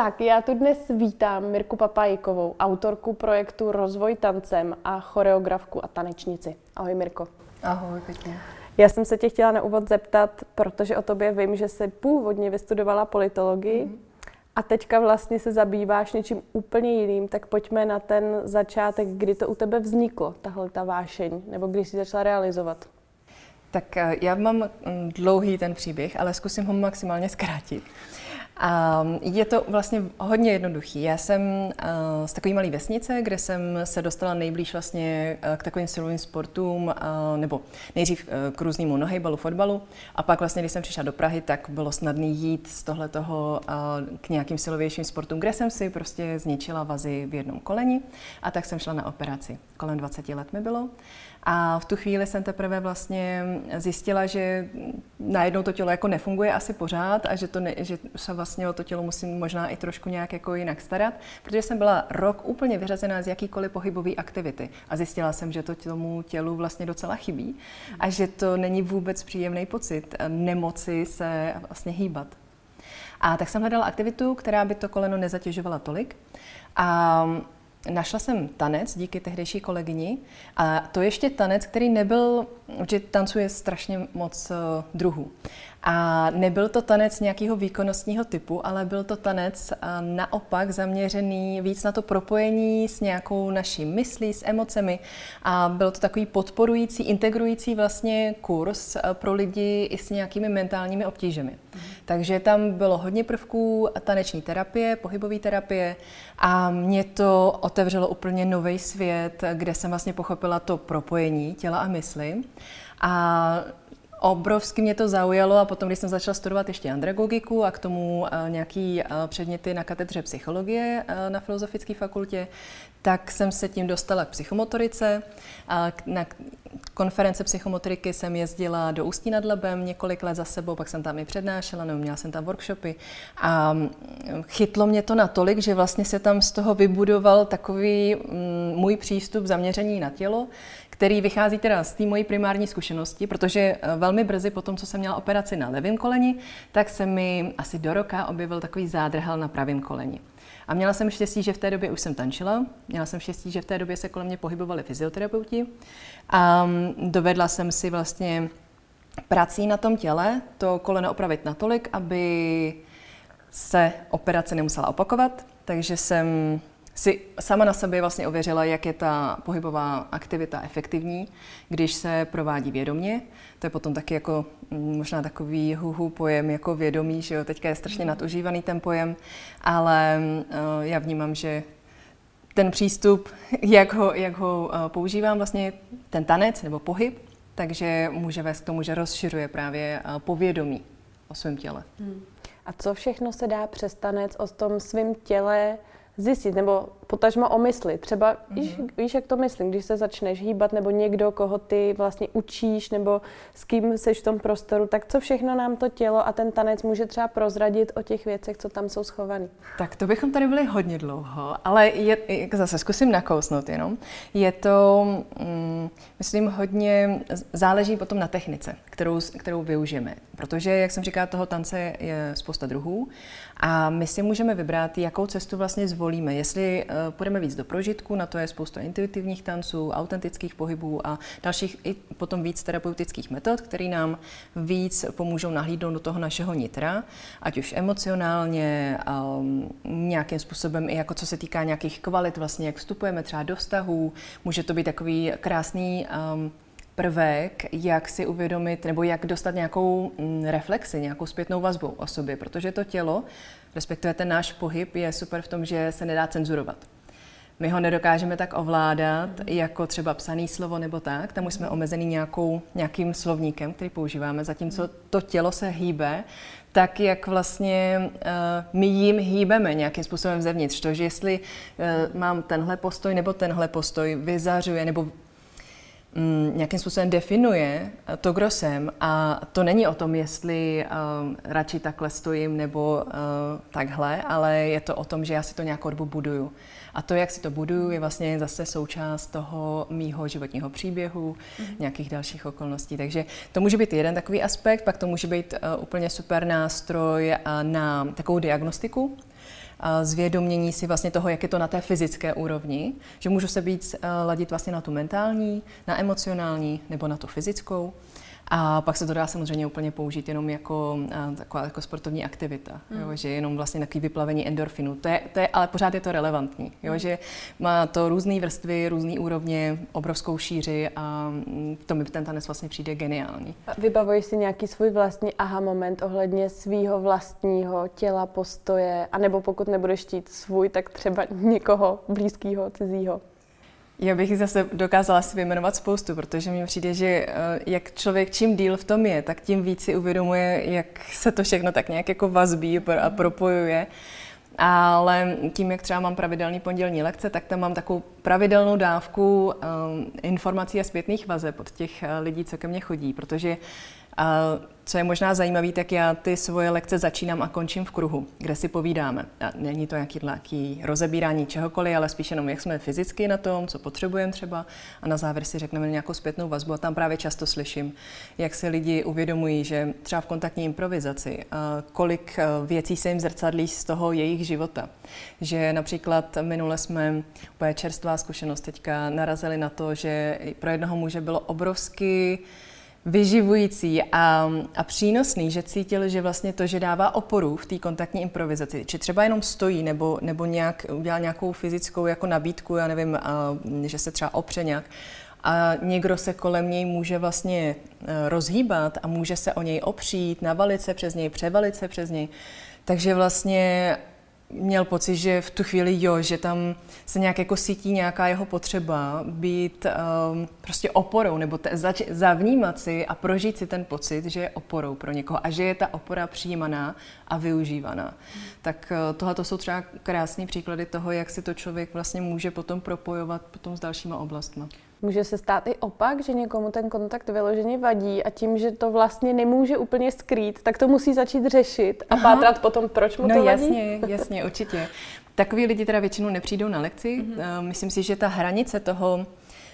Tak, já tu dnes vítám Mirku Papájikovou, autorku projektu Rozvoj tancem a choreografku a tanečnici. Ahoj Mirko. Ahoj, pěkně. Já jsem se tě chtěla na úvod zeptat, protože o tobě vím, že jsi původně vystudovala politologii a teďka vlastně se zabýváš něčím úplně jiným, tak pojďme na ten začátek, kdy to u tebe vzniklo, tahle ta vášeň, nebo když jsi začala realizovat. Tak já mám dlouhý ten příběh, ale zkusím ho maximálně zkrátit. A je to vlastně hodně jednoduchý. Já jsem z takové malé vesnice, kde jsem se dostala nejblíž vlastně k takovým silovým sportům, nebo nejdřív k různému nohejbalu, fotbalu. A pak vlastně, když jsem přišla do Prahy, tak bylo snadné jít z tohletoho k nějakým silovějším sportům, kde jsem si prostě zničila vazy v jednom koleni. A tak jsem šla na operaci. Kolem 20 let mi bylo. A v tu chvíli jsem teprve vlastně zjistila, že najednou to tělo jako nefunguje asi pořád a že se vlastně o to tělo musím možná i trošku nějak jako jinak starat, protože jsem byla rok úplně vyřazená z jakýkoliv pohybové aktivity a zjistila jsem, že to tomu tělu vlastně docela chybí a že to není vůbec příjemný pocit nemoci se vlastně hýbat. A tak jsem hledala aktivitu, která by to koleno nezatěžovala tolik. A našla jsem tanec díky tehdejší kolegyni a to ještě tanec, který nebyl, že tancuje strašně moc druhů. A nebyl to tanec nějakého výkonnostního typu, ale byl to tanec naopak zaměřený víc na to propojení s nějakou naší myslí, s emocemi. A byl to takový podporující, integrující vlastně kurz pro lidi i s nějakými mentálními obtížemi. Takže tam bylo hodně prvků taneční terapie, pohybové terapie a mě to otevřelo úplně nový svět, kde jsem vlastně pochopila to propojení těla a mysli. A obrovsky mě to zaujalo a potom, když jsem začala studovat ještě andragogiku a k tomu nějaký předměty na katedře psychologie na Filozofické fakultě, tak jsem se tím dostala k psychomotorice. Na konference psychomotoriky jsem jezdila do Ústí nad Labem několik let za sebou, pak jsem tam i přednášela, nebo měla jsem tam workshopy. A chytlo mě to natolik, že vlastně se tam z toho vybudoval takový můj přístup zaměření na tělo, který vychází teda z té mojí primární zkušenosti, protože velmi brzy po tom, co jsem měla operaci na levém koleni, tak se mi asi do roka objevil takový zádrhel na pravém koleni. A měla jsem štěstí, že v té době už jsem tančila, měla jsem štěstí, že v té době se kolem mě pohybovali fyzioterapeuti a dovedla jsem si vlastně prací na tom těle to koleno opravit natolik, aby se operace nemusela opakovat, takže jsem si sama na sobě vlastně ověřila, jak je ta pohybová aktivita efektivní, když se provádí vědomě. To je potom taky jako možná takový pojem jako vědomí, že jo, teďka je strašně nadužívaný ten pojem, ale já vnímám, že ten přístup, jak ho používám vlastně ten tanec nebo pohyb, takže může vést k tomu, že rozšiřuje právě povědomí o svém těle. A co všechno se dá přes tanec o tom svém těle zjistit, nebo potažmo o mysli. Třeba, víš, jak to myslím, když se začneš hýbat, nebo někdo, koho ty vlastně učíš, nebo s kým seš v tom prostoru, tak co všechno nám to tělo a ten tanec může třeba prozradit o těch věcech, co tam jsou schované? Tak to bychom tady byli hodně dlouho, ale zase zkusím nakousnout jenom. Je to, myslím, hodně záleží potom na technice, kterou využijeme. Protože, jak jsem říkala, toho tance je spousta druhů a my si můžeme vybrat, jakou cestu vlastně zvolíme. Jestli půjdeme víc do prožitku, na to je spousta intuitivních tanců, autentických pohybů a dalších i potom víc terapeutických metod, které nám víc pomůžou nahlídnout do toho našeho nitra, ať už emocionálně, nějakým způsobem i jako co se týká nějakých kvalit, vlastně jak vstupujeme třeba do vztahů. Může to být takový krásný prvek, jak si uvědomit nebo jak dostat nějakou reflexi, nějakou zpětnou vazbu o sobě, protože to tělo, respektive ten náš pohyb je super v tom, že se nedá cenzurovat. My ho nedokážeme tak ovládat, jako třeba psaný slovo nebo tak, tam už jsme omezený nějakým slovníkem, který používáme, zatímco to tělo se hýbe, tak jak vlastně my jim hýbeme nějakým způsobem zevnitř. To, že jestli mám tenhle postoj nebo tenhle postoj, vyzařuje nebo nějakým způsobem definuje to, kdo jsem, a to není o tom, jestli radši takhle stojím nebo takhle, ale je to o tom, že já si to nějakou dobu buduju. A to, jak si to buduju, je vlastně zase součást toho mýho životního příběhu, nějakých dalších okolností. Takže to může být jeden takový aspekt, pak to může být úplně super nástroj na takovou diagnostiku, zvědomění si vlastně toho, jak je to na té fyzické úrovni, že můžu se víc ladit vlastně na tu mentální, na emocionální nebo na tu fyzickou. A pak se to dá samozřejmě úplně použít jenom jako taková jako sportovní aktivita, jo, že jenom vlastně takový vyplavení endorfinu. Ale pořád je to relevantní, jo, že má to různé vrstvy, různé úrovně, obrovskou šíři a to mi ten tanec vlastně přijde geniální. Vybavuješ si nějaký svůj vlastní aha moment ohledně svýho vlastního těla, postoje, anebo pokud nebudeš chtít svůj, tak třeba někoho blízkého, cizího? Já bych zase dokázala si vyjmenovat spoustu, protože mi přijde, že jak člověk čím díl v tom je, tak tím víc si uvědomuje, jak se to všechno tak nějak jako vazbí a propojuje. Ale tím, jak třeba mám pravidelný pondělní lekce, tak tam mám takovou pravidelnou dávku informací a zpětných vazeb od těch lidí, co ke mně chodí, protože co je možná zajímavé, tak já ty svoje lekce začínám a končím v kruhu, kde si povídáme. A není to nějaký rozebírání čehokoliv, ale spíš jenom, jak jsme fyzicky na tom, co potřebujeme třeba a na závěr si řekneme nějakou zpětnou vazbu a tam právě často slyším, jak si lidi uvědomují, že třeba v kontaktní improvizaci, kolik věcí se jim zrcadlí z toho jejich života. Že například minule jsme, úplně čerstvá zkušenost, teďka narazili na to, že pro jednoho muže bylo obrovsky vyživující a přínosný, že cítil, že vlastně to, že dává oporu v té kontaktní improvizaci, či třeba jenom stojí nebo nějak udělá nějakou fyzickou jako nabídku, já nevím, že se třeba opře nějak a někdo se kolem něj může vlastně rozhýbat a může se o něj opřít, navalit se přes něj, převalit se přes něj. Takže vlastně měl pocit, že v tu chvíli že tam se nějak jako cítí nějaká jeho potřeba být prostě oporou, nebo zavnímat si a prožít si ten pocit, že je oporou pro někoho a že je ta opora přijímaná a využívaná. Tak tohle jsou třeba krásné příklady toho, jak si to člověk vlastně může potom propojovat potom s dalšíma oblastmi. Může se stát i opak, že někomu ten kontakt vyloženě vadí a tím, že to vlastně nemůže úplně skrýt, tak to musí začít řešit a pátrat potom, proč mu to vadí? Jasně, určitě. Takoví lidi teda většinou nepřijdou na lekci. Myslím si, že ta hranice toho,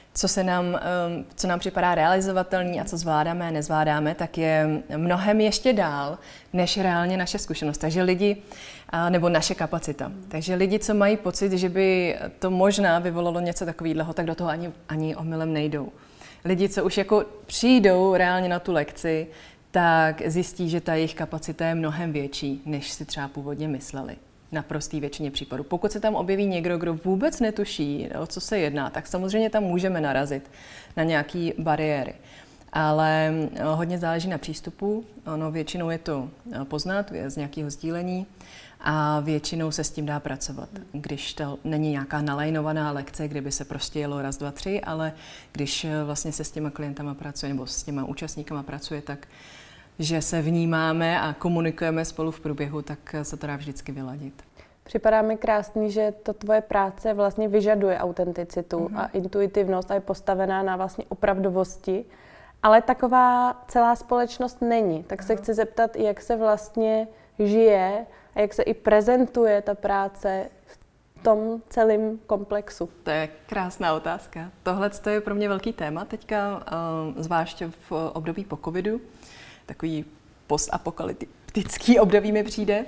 co nám připadá realizovatelný a co zvládáme a nezvládáme, tak je mnohem ještě dál, než reálně naše zkušenost. Takže lidi, nebo naše kapacita. Takže lidi, co mají pocit, že by to možná vyvolalo něco takového, tak do toho ani omylem nejdou. Lidi, co už jako přijdou reálně na tu lekci, tak zjistí, že ta jejich kapacita je mnohem větší, než si třeba původně mysleli. Na prostý většině případů. Pokud se tam objeví někdo, kdo vůbec netuší, o co se jedná, tak samozřejmě tam můžeme narazit na nějaké bariéry. Ale hodně záleží na přístupu. Většinou je to poznat z nějakého sdílení a většinou se s tím dá pracovat. Když to není nějaká nalajnovaná lekce, kde by se prostě jelo raz, dva, tři, ale když vlastně se s těma klientama pracuje nebo s těma účastníkama pracuje, tak že se vnímáme a komunikujeme spolu v průběhu, tak se to dá vždycky vyladit. Připadá mi krásný, že to tvoje práce vlastně vyžaduje autenticitu a intuitivnost a je postavená na vlastně opravdovosti, ale taková celá společnost není. Tak se chci zeptat, jak se vlastně žije a jak se i prezentuje ta práce v tom celém komplexu. To je krásná otázka. Tohle je pro mě velký téma teďka, zvláště v období po covidu. Takový postapokalyptický období mi přijde,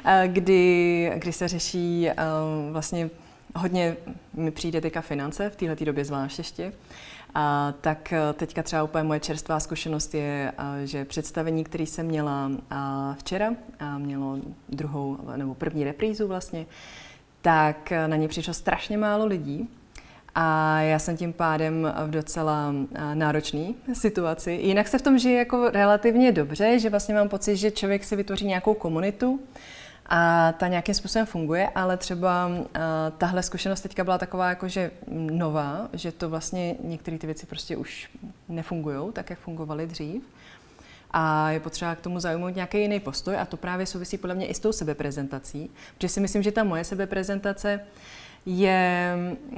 kdy se řeší vlastně hodně mi přijde teďka finance, v této době zvlášť ještě. Tak teďka třeba úplně moje čerstvá zkušenost je, že představení, které jsem měla včera, mělo druhou nebo první reprízu vlastně, tak na ně přišlo strašně málo lidí. A já jsem tím pádem v docela náročné situaci. Jinak se v tom žije jako relativně dobře, že vlastně mám pocit, že člověk si vytvoří nějakou komunitu a ta nějakým způsobem funguje, ale třeba tahle zkušenost teďka byla taková jakože nová, že to vlastně některé ty věci prostě už nefungujou tak, jak fungovaly dřív. A je potřeba k tomu zaujmout nějaký jiný postoj a to právě souvisí podle mě i s tou sebeprezentací, protože si myslím, že ta moje sebeprezentace je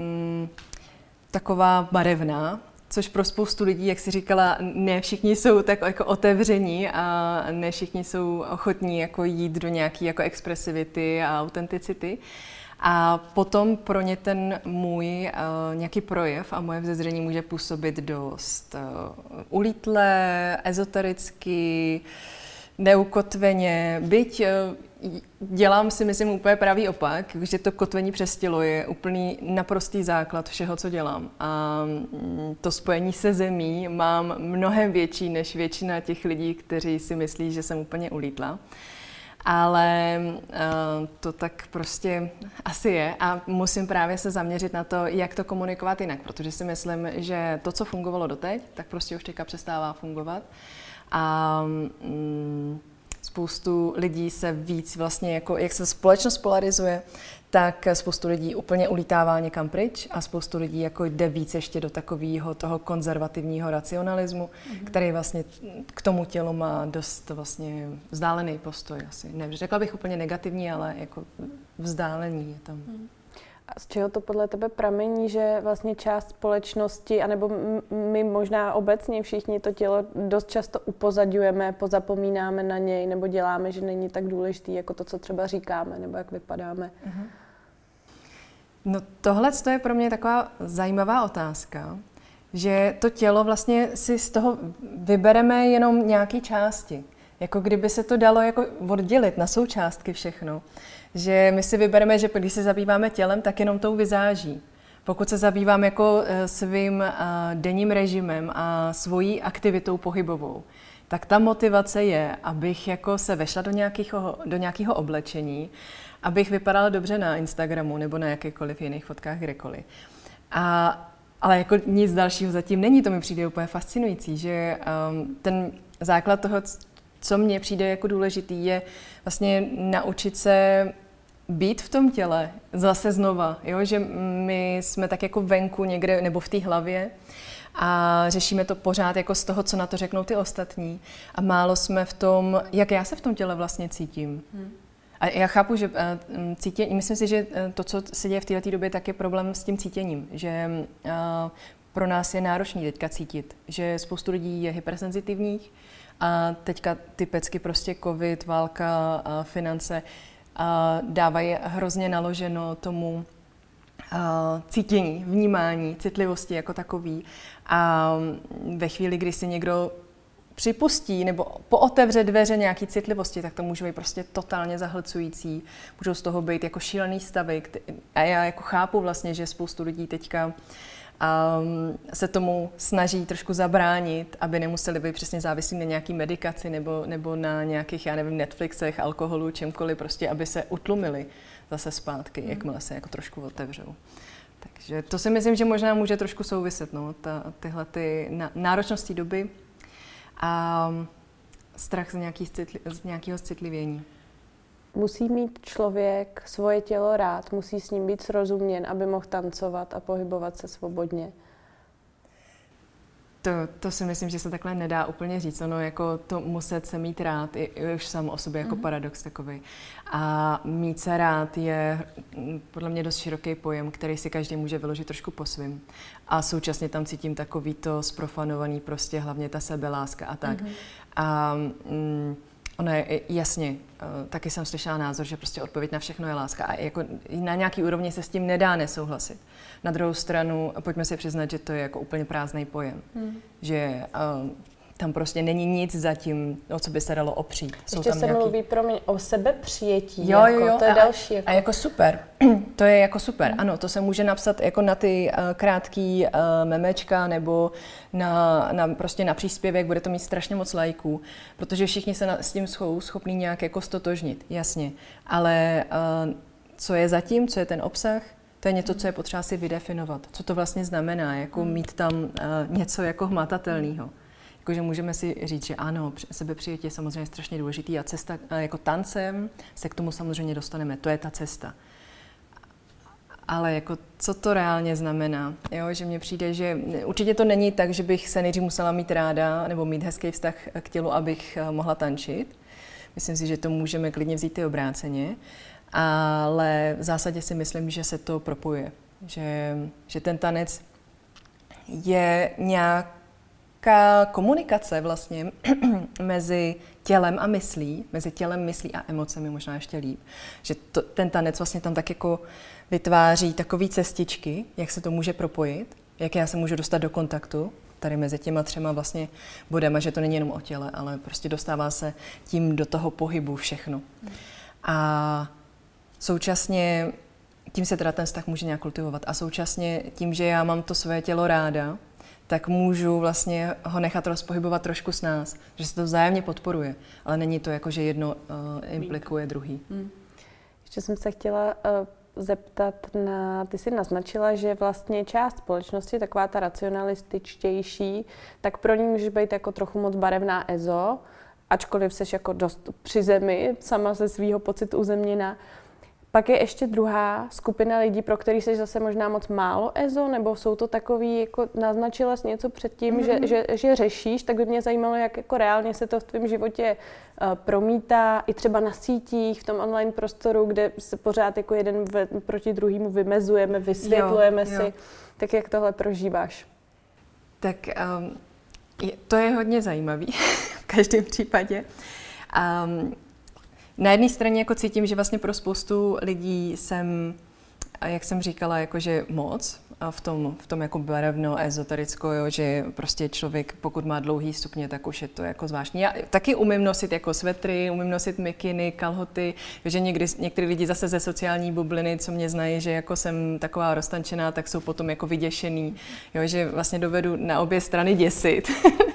taková barevná, což pro spoustu lidí, jak jsi říkala, ne všichni jsou tak jako otevření a ne všichni jsou ochotní jako jít do nějaké jako expresivity a autenticity. A potom pro ně ten můj nějaký projev a moje vzezření může působit dost ulítlé, ezotericky, neukotveně, byť dělám si, myslím, úplně pravý opak, že to kotvení přes tělo je úplný naprostý základ všeho, co dělám. A to spojení se zemí mám mnohem větší než většina těch lidí, kteří si myslí, že jsem úplně ulítla. Ale to tak prostě asi je a musím právě se zaměřit na to, jak to komunikovat jinak, protože si myslím, že to, co fungovalo doteď, tak prostě už teďka přestává fungovat. A spoustu lidí se víc vlastně, jako, jak se společnost polarizuje, tak spoustu lidí úplně ulítává někam pryč a spoustu lidí jako jde víc ještě do takového toho konzervativního racionalismu, který vlastně k tomu tělu má dost vlastně vzdálený postoj asi. Ne, řekla bych úplně negativní, ale jako vzdálený je tam. A z čeho to podle tebe pramení, že vlastně část společnosti, anebo my možná obecně všichni to tělo dost často upozadňujeme, pozapomínáme na něj, nebo děláme, že není tak důležitý jako to, co třeba říkáme, nebo jak vypadáme? No tohle je pro mě taková zajímavá otázka, že to tělo vlastně si z toho vybereme jenom nějaké části. Jako kdyby se to dalo jako oddělit na součástky všechno. Že my si vybereme, že když se zabýváme tělem, tak jenom tou vizáží. Pokud se zabývám jako svým denním režimem a svojí aktivitou pohybovou, tak ta motivace je, abych jako se vešla do nějakého oblečení, abych vypadala dobře na Instagramu nebo na jakýchkoliv jiných fotkách kdekoliv. Ale jako nic dalšího zatím není, to mi přijde úplně fascinující, že ten základ toho, co mně přijde jako důležitý, je vlastně naučit se být v tom těle zase znova, jo? Že my jsme tak jako venku někde nebo v té hlavě a řešíme to pořád jako z toho, co na to řeknou ty ostatní a málo jsme v tom, jak já se v tom těle vlastně cítím. A já chápu, že cítění, myslím si, že to, co se děje v této době, tak je problém s tím cítěním, že pro nás je náročný teďka cítit, že spoustu lidí je hypersenzitivních a teďka ty pecky prostě covid, válka, finance dávají hrozně naloženo tomu cítění, vnímání, citlivosti jako takový. A ve chvíli, kdy si někdo připustí nebo pootevře dveře nějaký citlivosti, tak to může být prostě totálně zahlcující. Můžou z toho být jako šílený stavy. A já jako chápu vlastně, že spoustu lidí teďka se tomu snaží trošku zabránit, aby nemuseli být přesně závislí na nějaký medikaci nebo na nějakých, já nevím, Netflixech, alkoholu, čemkoliv, prostě, aby se utlumili zase zpátky, jakmile se jako trošku otevřou. Takže to si myslím, že možná může trošku souviset, no, tyhle ty náročnosti doby a strach z nějakého citlivění. Musí mít člověk svoje tělo rád, musí s ním být srozuměn, aby mohl tancovat a pohybovat se svobodně. To si myslím, že se takhle nedá úplně říct. Ono jako to muset se mít rád je už sám o sobě jako paradox takový. A mít se rád je podle mě dost široký pojem, který si každý může vyložit trošku po svým. A současně tam cítím takový to zprofanovaný prostě hlavně ta sebeláska a tak. A ono je jasně, taky jsem slyšela názor, že prostě odpověď na všechno je láska a jako na nějaký úrovni se s tím nedá nesouhlasit. Na druhou stranu, pojďme si přiznat, že to je jako úplně prázdný pojem, že tam prostě není nic zatím, o co by se dalo opřít. Ještě tam se mluví o sebepřijetí, jo, to je další. A jako super, to je jako super, ano, to se může napsat jako na ty krátký memečka nebo prostě na příspěvek, bude to mít strašně moc lajků, protože všichni se s tím jsou schopní nějak jako stotožnit, jasně, ale co je zatím, co je ten obsah, to je něco, co je potřeba si vydefinovat, co to vlastně znamená, jako mít tam něco jako hmatatelného. Jakože můžeme si říct, že ano, sebepřijetí je samozřejmě strašně důležitý a cesta jako tancem se k tomu samozřejmě dostaneme, to je ta cesta. Ale jako co to reálně znamená, jo? Že mně přijde, že určitě to není tak, že bych se nejdřív musela mít ráda nebo mít hezký vztah k tělu, abych mohla tančit. Myslím si, že to můžeme klidně vzít i obráceně, ale v zásadě si myslím, že se to propojuje, že ten tanec je nějaká komunikace vlastně mezi tělem a myslí, mezi tělem, myslí a emocemi možná ještě líp. Že ten tanec vlastně tam tak jako vytváří takové cestičky, jak se to může propojit, jak já se můžu dostat do kontaktu tady mezi těma 3 vlastně bodama, že to není jenom o těle, ale prostě dostává se tím do toho pohybu všechno. A současně tím se teda ten vztah může nějak kultivovat. A současně tím, že já mám to své tělo ráda, tak můžu vlastně ho nechat rozpohybovat trošku s nás, že se to vzájemně podporuje, ale není to jako, že jedno implikuje druhý. Ještě jsem se chtěla zeptat ty jsi naznačila, že vlastně část společnosti, taková ta racionalističtější, tak pro ní můžeš být jako trochu moc barevná EZO, ačkoliv jsi jako dost při zemi, sama ze svýho pocitu uzemněná. Pak je ještě druhá skupina lidí, pro který jsi zase možná moc málo EZO, nebo jsou to takový, jako naznačila jsi něco předtím, že řešíš, tak by mě zajímalo, jak jako reálně se to v tvém životě promítá, i třeba na sítích, v tom online prostoru, kde se pořád jako jeden proti druhému vymezujeme, vysvětlujeme si. Tak jak tohle prožíváš? Tak to je hodně zajímavý v každém případě. Na jedné straně jako cítím, že vlastně pro spoustu lidí jsem, jak jsem říkala, jakože moc a v tom jako barevno, ezotericko, jo, že prostě člověk, pokud má dlouhý stupně, tak už je to jako zvláštní. Já taky umím nosit jako svetry, umím nosit mikiny, kalhoty, že některý lidi zase ze sociální bubliny, co mě znají, že jako jsem taková roztančená, tak jsou potom jako vyděšený, jo, že vlastně dovedu na obě strany děsit.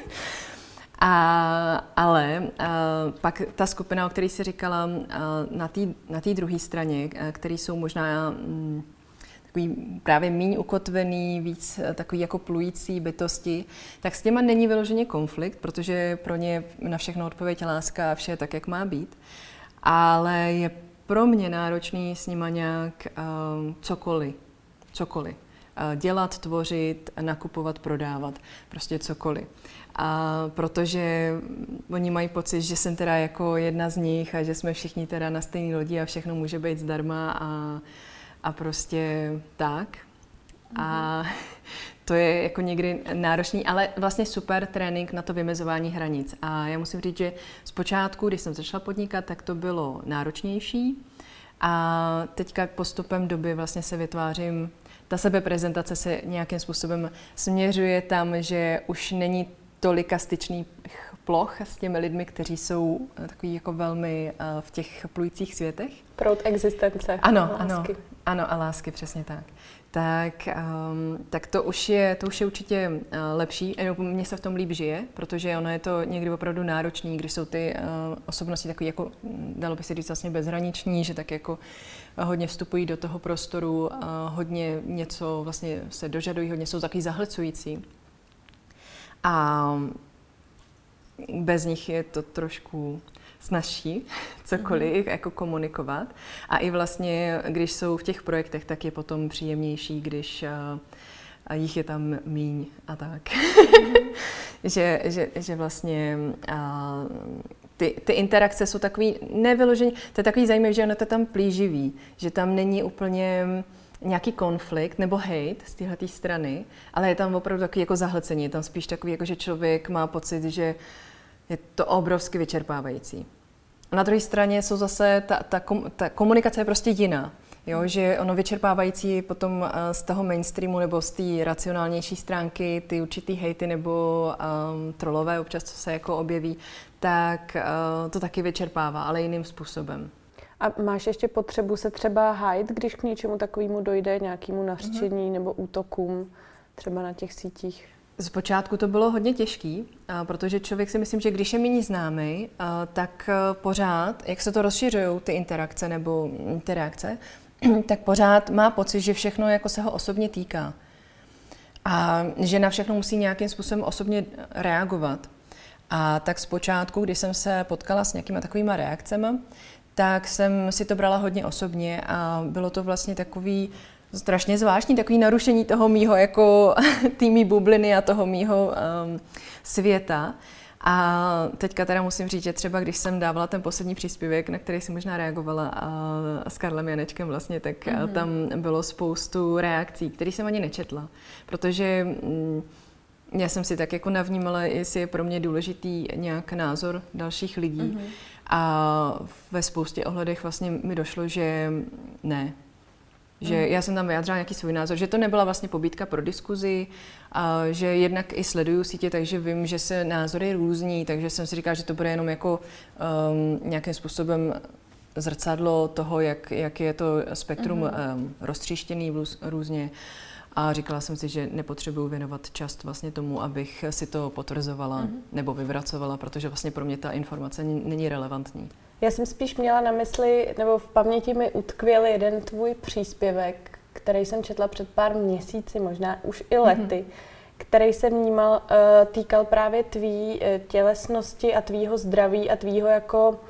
Ale pak ta skupina, o které jsi říkala, na té druhé straně, který jsou možná takový právě míň ukotvený, víc takový jako plující bytosti, tak s těma není vyloženě konflikt, protože pro ně na všechno odpověď láska a vše tak, jak má být. Ale je pro mě náročný s nima nějak cokoliv. Dělat, tvořit, nakupovat, prodávat, prostě cokoliv. A protože oni mají pocit, že jsem teda jako jedna z nich a že jsme všichni teda na stejné lodi a všechno může být zdarma a prostě tak. A to je jako někdy náročný, ale vlastně super trénink na to vymezování hranic. A já musím říct, že zpočátku, když jsem začala podnikat, tak to bylo náročnější. A teďka postupem doby vlastně se vytvářím, ta sebeprezentace se nějakým způsobem směřuje tam, že už není tolika styčných ploch s těmi lidmi, kteří jsou takový jako velmi v těch plujících světech. Proud existence. Ano, a lásky, přesně tak. Tak to už je určitě lepší. Mně se v tom líp žije, protože ono je to někdy opravdu náročný, když jsou ty osobnosti takové jako, dalo by se říct vlastně bezhraniční, že tak jako hodně vstupují do toho prostoru, hodně něco vlastně se dožadují, hodně jsou takový zahlcující. A bez nich je to trošku snazší cokoliv jako komunikovat. A i vlastně, když jsou v těch projektech, tak je potom příjemnější, když jich je tam míň a tak. že vlastně ty interakce jsou takový nevyložený, to je takový zajímavý, že ono to tam plíživý, že tam není úplně nějaký konflikt nebo hate z téhleté strany, ale je tam opravdu takový jako zahlcení, je tam spíš takový, jako že člověk má pocit, že je to obrovsky vyčerpávající. A na druhé straně jsou zase, ta komunikace je prostě jiná, jo? Že ono vyčerpávající potom z toho mainstreamu nebo z té racionálnější stránky, ty určitý hejty nebo trollové občas, co se jako objeví, tak to taky vyčerpává, ale jiným způsobem. A máš ještě potřebu se třeba hájit, když k něčemu takovému dojde, nějakému nařčení nebo útokům třeba na těch sítích? Zpočátku to bylo hodně těžký, protože člověk si myslím, že když je méně známý, tak pořád, jak se to rozšiřují ty interakce nebo ty reakce, tak pořád má pocit, že všechno jako se ho osobně týká. A že na všechno musí nějakým způsobem osobně reagovat. A tak zpočátku, když jsem se potkala s nějakýma takovýma reakcemi, tak jsem si to brala hodně osobně a bylo to vlastně takový strašně zvláštní, takový narušení toho mýho jako týmí bubliny a toho mýho světa. A teďka teda musím říct, že třeba když jsem dávala ten poslední příspěvek, na který si možná reagovala s Karlem Janečkem vlastně, tak tam bylo spoustu reakcí, které jsem ani nečetla, protože já jsem si tak jako navnímala, jestli je pro mě důležitý nějak názor dalších lidí. A ve spoustě ohledech vlastně mi došlo, že ne. Že já jsem tam vyjádřila nějaký svůj názor, že to nebyla vlastně pobídka pro diskuzi, a že jednak i sleduju sítě, takže vím, že se názory různí, takže jsem si říkala, že to bude jenom jako nějakým způsobem zrcadlo toho, jak je to spektrum roztříštěný různě. A říkala jsem si, že nepotřebuji věnovat čas vlastně tomu, abych si to potvrzovala nebo vyvracovala, protože vlastně pro mě ta informace není relevantní. Já jsem spíš měla na mysli, nebo v paměti mi utkvěl jeden tvůj příspěvek, který jsem četla před pár měsíci, možná už i lety, který se týkal právě tvý tělesnosti a tvýho zdraví a tvýho jako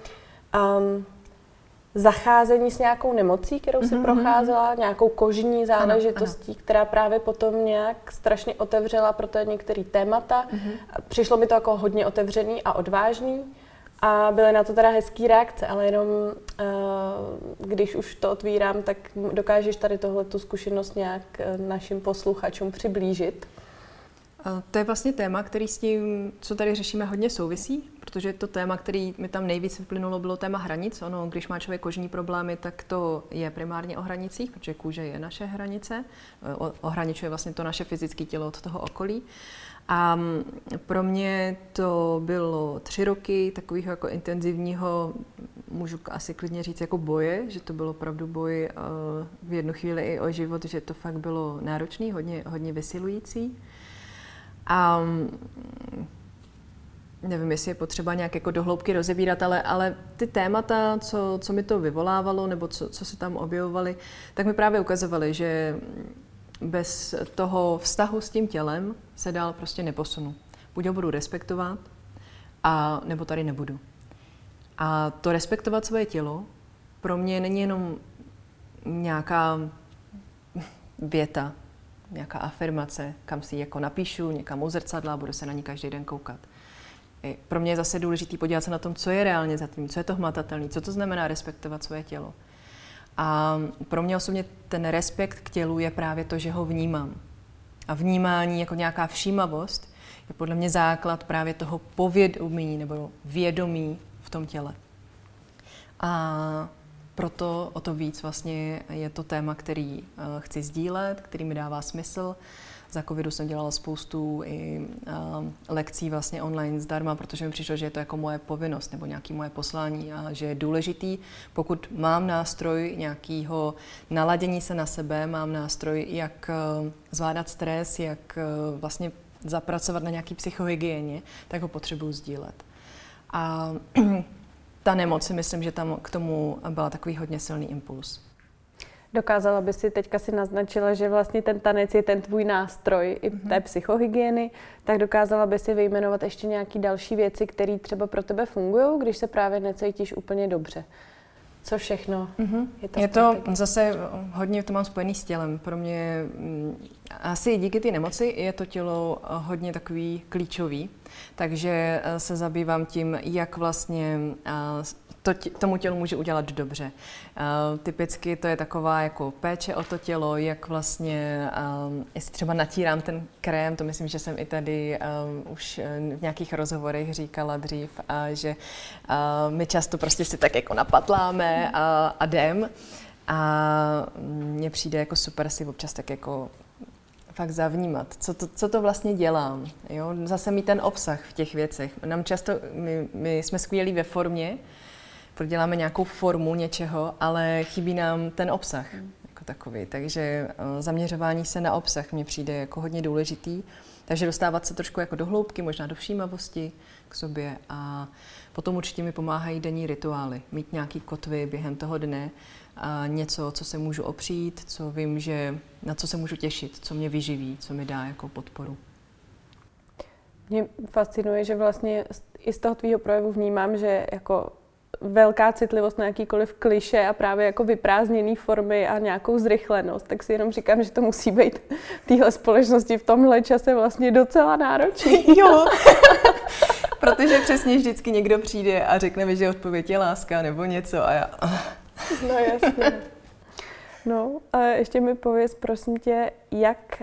zacházení s nějakou nemocí, kterou jsi procházela, nějakou kožní záležitostí, která právě potom nějak strašně otevřela pro to některé témata. Přišlo mi to jako hodně otevřený a odvážný a byly na to teda hezký reakce, ale jenom když už to otvírám, tak dokážeš tady tohletu zkušenost nějak našim posluchačům přiblížit? To je vlastně téma, který s tím, co tady řešíme, hodně souvisí, protože to téma, který mi tam nejvíc vyplynulo, bylo téma hranic. Ono, když má člověk kožní problémy, tak to je primárně o hranicích, protože kůže je naše hranice, ohraničuje vlastně to naše fyzické tělo od toho okolí. A pro mě to bylo 3 roky takového jako intenzivního, můžu asi klidně říct, jako boje, že to bylo opravdu boj v jednu chvíli i o život, že to fakt bylo náročný, hodně vysilující. A nevím, jestli je potřeba nějak jako do hloubky rozebírat, ale ty témata, co mi to vyvolávalo, nebo co se tam objevovaly, tak mi právě ukazovaly, že bez toho vztahu s tím tělem se dál prostě neposunu. Buď ho budu respektovat, a nebo tady nebudu. A to respektovat svoje tělo pro mě není jenom nějaká věta, nějaká afirmace, kam si ji jako napíšu, někam u zrcadla a budu se na ní každý den koukat. Pro mě je zase důležité podívat se na tom, co je reálně za tím, co je to hmatatelné, co to znamená respektovat svoje tělo. A pro mě osobně ten respekt k tělu je právě to, že ho vnímám. A vnímání jako nějaká všímavost je podle mě základ právě toho povědomí nebo vědomí v tom těle. A proto o to víc vlastně je to téma, který chci sdílet, který mi dává smysl. Za covidu jsem dělala spoustu i lekcí vlastně online zdarma, protože mi přišlo, že je to jako moje povinnost nebo nějaké moje poslání a že je důležitý, pokud mám nástroj nějakého naladění se na sebe, mám nástroj, jak zvládat stres, jak vlastně zapracovat na nějaký psychohygieně, tak ho potřebuji sdílet. A ta nemoc si myslím, že tam k tomu byla takový hodně silný impuls. Dokázala by si, teďka si naznačila, že vlastně ten tanec je ten tvůj nástroj i té psychohygieny, tak dokázala by si vyjmenovat ještě nějaké další věci, které třeba pro tebe fungují, když se právě necítíš úplně dobře. Co všechno je ta Je to zase hodně, to mám spojený s tělem. Pro mě asi díky té nemoci je to tělo hodně takový klíčový, takže se zabývám tím, jak vlastně tomu tělu můžu udělat dobře. Typicky to je taková jako péče o to tělo, jak vlastně, jestli třeba natírám ten krém, to myslím, že jsem i tady už v nějakých rozhovorech říkala dřív, že my často prostě si tak jako napatláme a jdem. A mně přijde jako super si občas tak jako fakt zavnímat, co to vlastně dělám. Jo? Zase mít ten obsah v těch věcech. Nám často, my jsme skvělí ve formě, proděláme nějakou formu něčeho, ale chybí nám ten obsah jako takový. Takže zaměřování se na obsah mi přijde jako hodně důležitý. Takže dostávat se trošku jako do hloubky, možná do všímavosti k sobě. A potom určitě mi pomáhají denní rituály. Mít nějaký kotvy během toho dne, a něco, co se můžu opřít, co vím, že na co se můžu těšit, co mě vyživí, co mi dá jako podporu. Mě fascinuje, že vlastně i z toho tvýho projevu vnímám, že jako velká citlivost na jakýkoliv klišé a právě jako vyprázdněný formy a nějakou zrychlenost, tak si jenom říkám, že to musí být v téhle společnosti v tomhle čase vlastně docela náročný. Jo, protože přesně vždycky někdo přijde a řekne mi, že odpověď je láska nebo něco a já... No jasně. No a ještě mi pověz, prosím tě, jak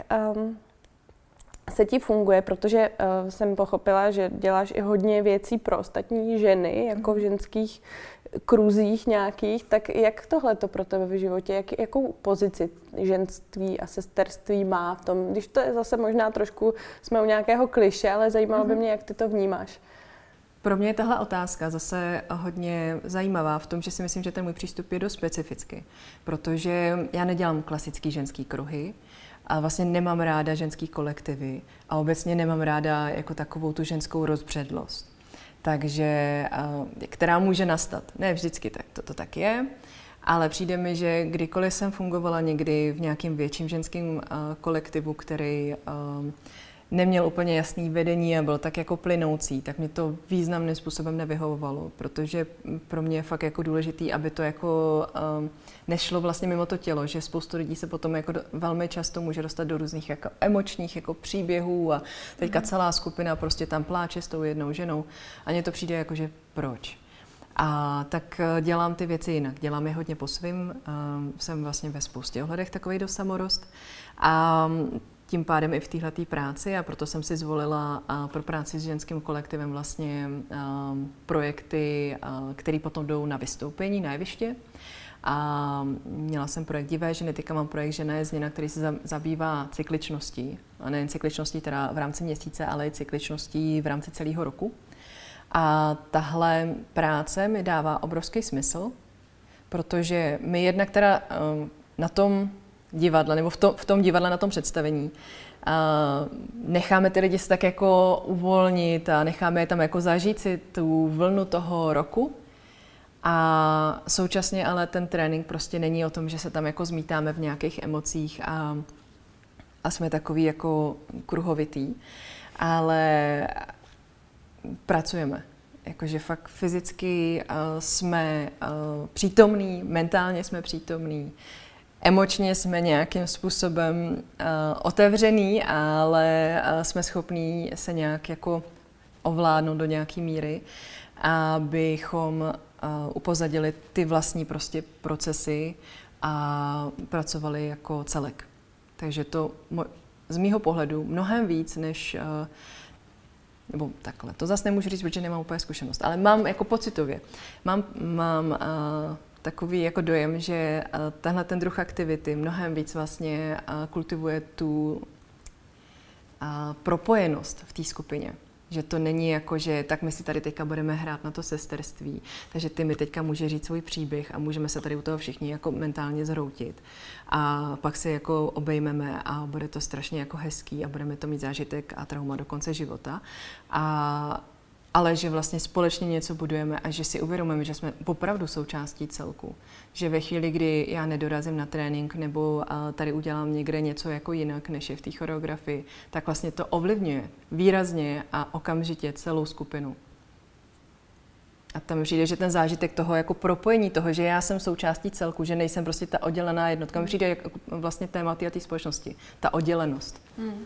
se ti funguje, protože jsem pochopila, že děláš i hodně věcí pro ostatní ženy, jako v ženských kruzích nějakých, tak jak tohle to pro tebe v životě, jakou pozici ženství a sesterství má v tom, když to je zase možná trošku, jsme u nějakého kliše, ale zajímalo by mě, jak ty to vnímáš. Pro mě je tahle otázka zase hodně zajímavá v tom, že si myslím, že ten můj přístup je dost specifický, protože já nedělám klasický ženský kruhy a vlastně nemám ráda ženský kolektivy a obecně nemám ráda jako takovou tu ženskou rozbředlost. Takže, která může nastat. Ne vždycky to tak je, ale přijde mi, že kdykoliv jsem fungovala někdy v nějakém větším ženském kolektivu, který neměl úplně jasný vedení a byl tak jako plynoucí, tak mě to významným způsobem nevyhovovalo, protože pro mě je fakt jako důležitý, aby to jako nešlo vlastně mimo to tělo, že spoustu lidí se potom jako velmi často může dostat do různých jako emočních jako příběhů a teďka celá skupina prostě tam pláče s tou jednou ženou a mně to přijde jako, že proč? A tak dělám ty věci jinak, dělám je hodně po svým, jsem vlastně ve spoustě ohledech takovej dost samorost a tím pádem i v téhleté práci a proto jsem si zvolila pro práci s ženským kolektivem vlastně projekty, které potom jdou na vystoupení, na jeviště. A měla jsem projekt Divé ženy, teďka mám projekt Žena je změna, který se zabývá cykličností. A nejen cykličností teda v rámci měsíce, ale i cykličností v rámci celého roku. A tahle práce mi dává obrovský smysl, protože my jednak teda na tom divadle, nebo v tom divadle, na tom představení, necháme ty lidi se tak jako uvolnit a necháme je tam jako zažít si tu vlnu toho roku. A současně ale ten trénink prostě není o tom, že se tam jako zmítáme v nějakých emocích a jsme takový jako kruhovitý, ale pracujeme. Jakože fakt fyzicky jsme přítomní, mentálně jsme přítomní, emočně jsme nějakým způsobem otevřený, ale jsme schopní se nějak jako ovládnout do nějaké míry, abychom upozadili ty vlastní prostě procesy a pracovali jako celek. Takže to z mýho pohledu mnohem víc než, nebo takhle, to zase nemůžu říct, protože nemám úplně zkušenost, ale mám jako pocitově, mám takový jako dojem, že tenhle ten druh aktivity mnohem víc vlastně kultivuje tu propojenost v té skupině. Že to není jako, že tak my si tady teďka budeme hrát na to sesterství, takže ty mi teďka může říct svůj příběh a můžeme se tady u toho všichni jako mentálně zhroutit. A pak se jako obejmeme a bude to strašně jako hezký a budeme to mít zážitek a trauma do konce života. Ale že vlastně společně něco budujeme a že si uvědomujeme, že jsme opravdu součástí celku. Že ve chvíli, kdy já nedorazím na trénink nebo tady udělám někde něco jako jinak, než je v té choreografii, tak vlastně to ovlivňuje výrazně a okamžitě celou skupinu. A tam přijde, že ten zážitek toho jako propojení toho, že já jsem součástí celku, že nejsem prostě ta oddělená jednotka, mi přijde jako vlastně téma té společnosti, ta oddělenost.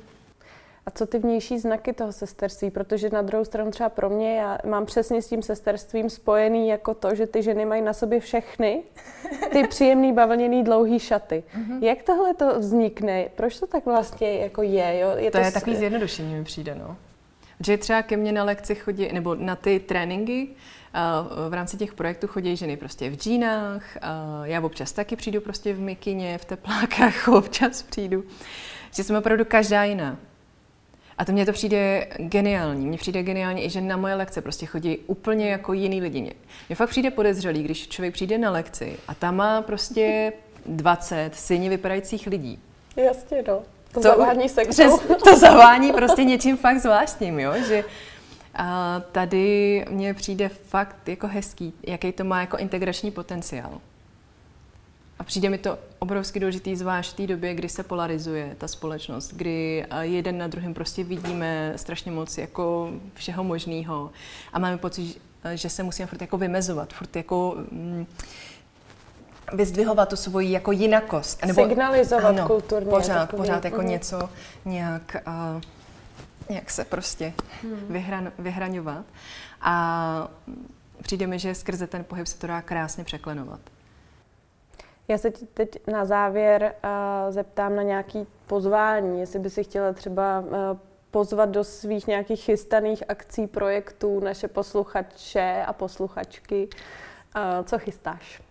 A co ty vnější znaky toho sesterství? Protože na druhou stranu třeba pro mě, já mám přesně s tím sesterstvím spojený jako to, že ty ženy mají na sobě všechny ty příjemný, bavlněný, dlouhý šaty. Jak tohle to vznikne? Proč to tak vlastně jako je? Jo? To je takový zjednodušení mi přijde, no. Že třeba ke mně na lekci chodí, nebo na ty tréninky v rámci těch projektů chodí ženy prostě v džínách, já občas taky přijdu prostě v mikině, v teplákách, občas přijdu. Že jsem opravdu každá jiná. A to mně to přijde geniální. Mně přijde geniální i, že na moje lekce prostě chodí úplně jako jiný lidi. Mně fakt přijde podezřelý, když člověk přijde na lekci a tam má prostě 20 stejně vypadajících lidí. Jasně, no. To zavání to zavání prostě něčím fakt zvláštním, jo? Že tady mně přijde fakt jako hezký, jaký to má jako integrační potenciál. A přijde mi to obrovsky důležitý, zvlášť v té době, kdy se polarizuje ta společnost, kdy jeden na druhém prostě vidíme strašně moc jako všeho možného a máme pocit, že se musíme furt jako vymezovat, furt jako vyzdvihovat tu svoji jako jinakost. Nebo signalizovat kulturně. Pořád jako něco nějak se prostě vyhraňovat. A přijde mi, že skrze ten pohyb se to dá krásně překlenovat. Já se teď na závěr zeptám na nějaké pozvání, jestli by si chtěla třeba pozvat do svých nějakých chystaných akcí, projektů naše posluchače a posluchačky, Co chystáš?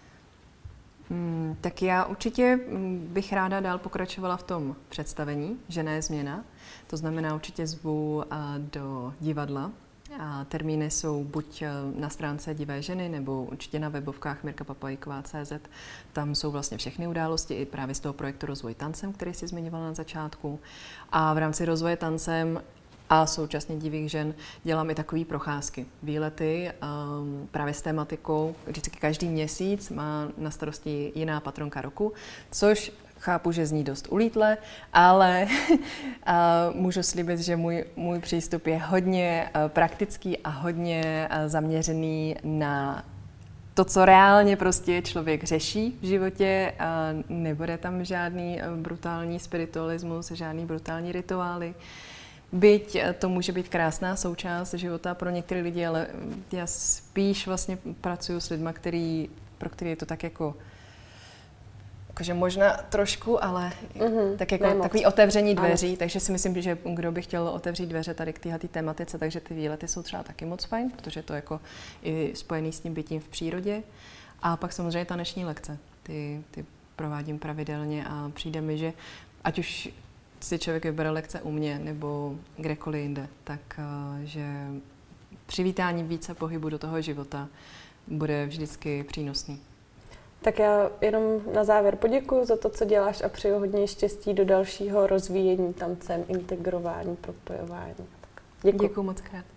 Tak já určitě bych ráda dál pokračovala v tom představení Žena je změna. To znamená, určitě zvu do divadla. A termíny jsou buď na stránce Divé ženy, nebo určitě na webovkách mirkapapajková.cz. Tam jsou vlastně všechny události i právě z toho projektu Rozvoj tancem, který jsi zmiňovala na začátku. A v rámci Rozvoje tancem a současně Divých žen dělám i takové procházky, výlety právě s tématikou. Vždycky každý měsíc má na starosti jiná patronka roku, což chápu, že zní dost ulítle, ale můžu slíbit, že můj přístup je hodně praktický a hodně zaměřený na to, co reálně prostě člověk řeší v životě. Nebude tam žádný brutální spiritualismus, žádný brutální rituály. Byť to může být krásná součást života pro některé lidi, ale já spíš vlastně pracuji s lidmi, pro který je to tak jakože možná trošku, ale tak jako takový otevření dveří, ano. Takže si myslím, že kdo by chtěl otevřít dveře tady k této tématice, takže ty výlety jsou třeba taky moc fajn, protože to je jako i spojený s tím bytím v přírodě. A pak samozřejmě taneční lekce, ty provádím pravidelně a přijde mi, že ať už si člověk vybere lekce u mě nebo kdekoliv jinde, tak že přivítání více pohybu do toho života bude vždycky přínosný. Tak já jenom na závěr poděkuji za to, co děláš a přeju hodně štěstí do dalšího rozvíjení tancem, integrování, propojování. Děkuji. Děkuji moc krát.